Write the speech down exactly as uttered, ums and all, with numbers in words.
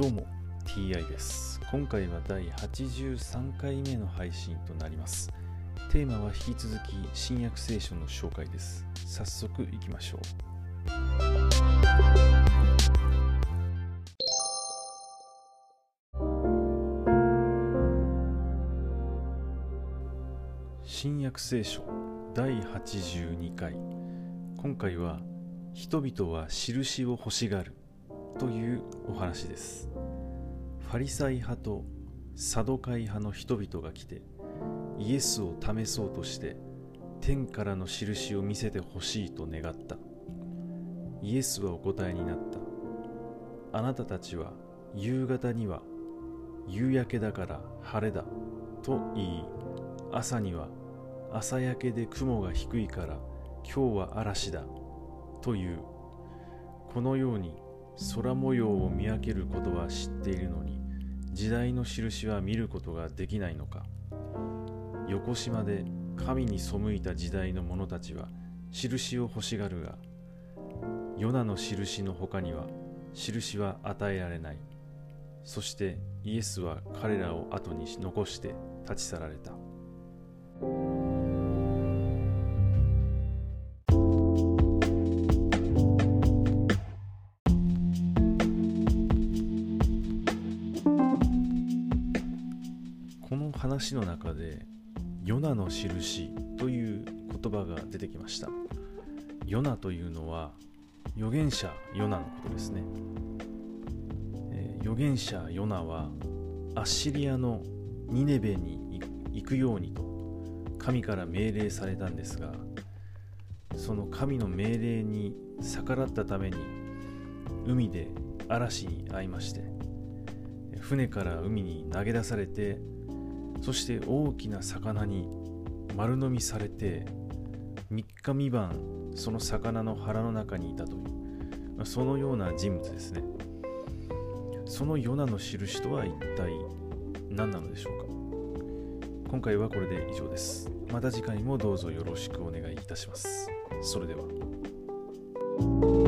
どうも ティーアイ です。今回はだいはちじゅうさんかいめの配信となります。テーマは引き続き新約聖書の紹介です。早速いきましょう。新約聖書だいはちじゅうにかい。今回は人々は印を欲しがるというお話です。ファリサイ派とサドカイ派の人々が来てイエスを試そうとして天からの印を見せてほしいと願った。イエスはお答えになった。あなたたちは夕方には夕焼けだから晴れだと言い、朝には朝焼けで雲が低いから今日は嵐だという。このように空模様を見分けることは知っているのに、時代の印は見ることができないのか。横島で神に背いた時代の者たちは印を欲しがるが、ヨナの印の他には印は与えられない。そしてイエスは彼らを後に残して立ち去られた。この話の中でヨナの印という言葉が出てきました。ヨナというのは預言者ヨナのことですね。えー、預言者ヨナはアッシリアのニネベに行くようにと神から命令されたんですが、その神の命令に逆らったために海で嵐に遭いまして、船から海に投げ出されて、そして大きな魚に丸飲みされてみっかみばんその魚の腹の中にいたという、そのような人物ですね。そのヨナの印とは一体何なのでしょうか。今回はこれで以上です。また次回もどうぞよろしくお願いいたします。それでは。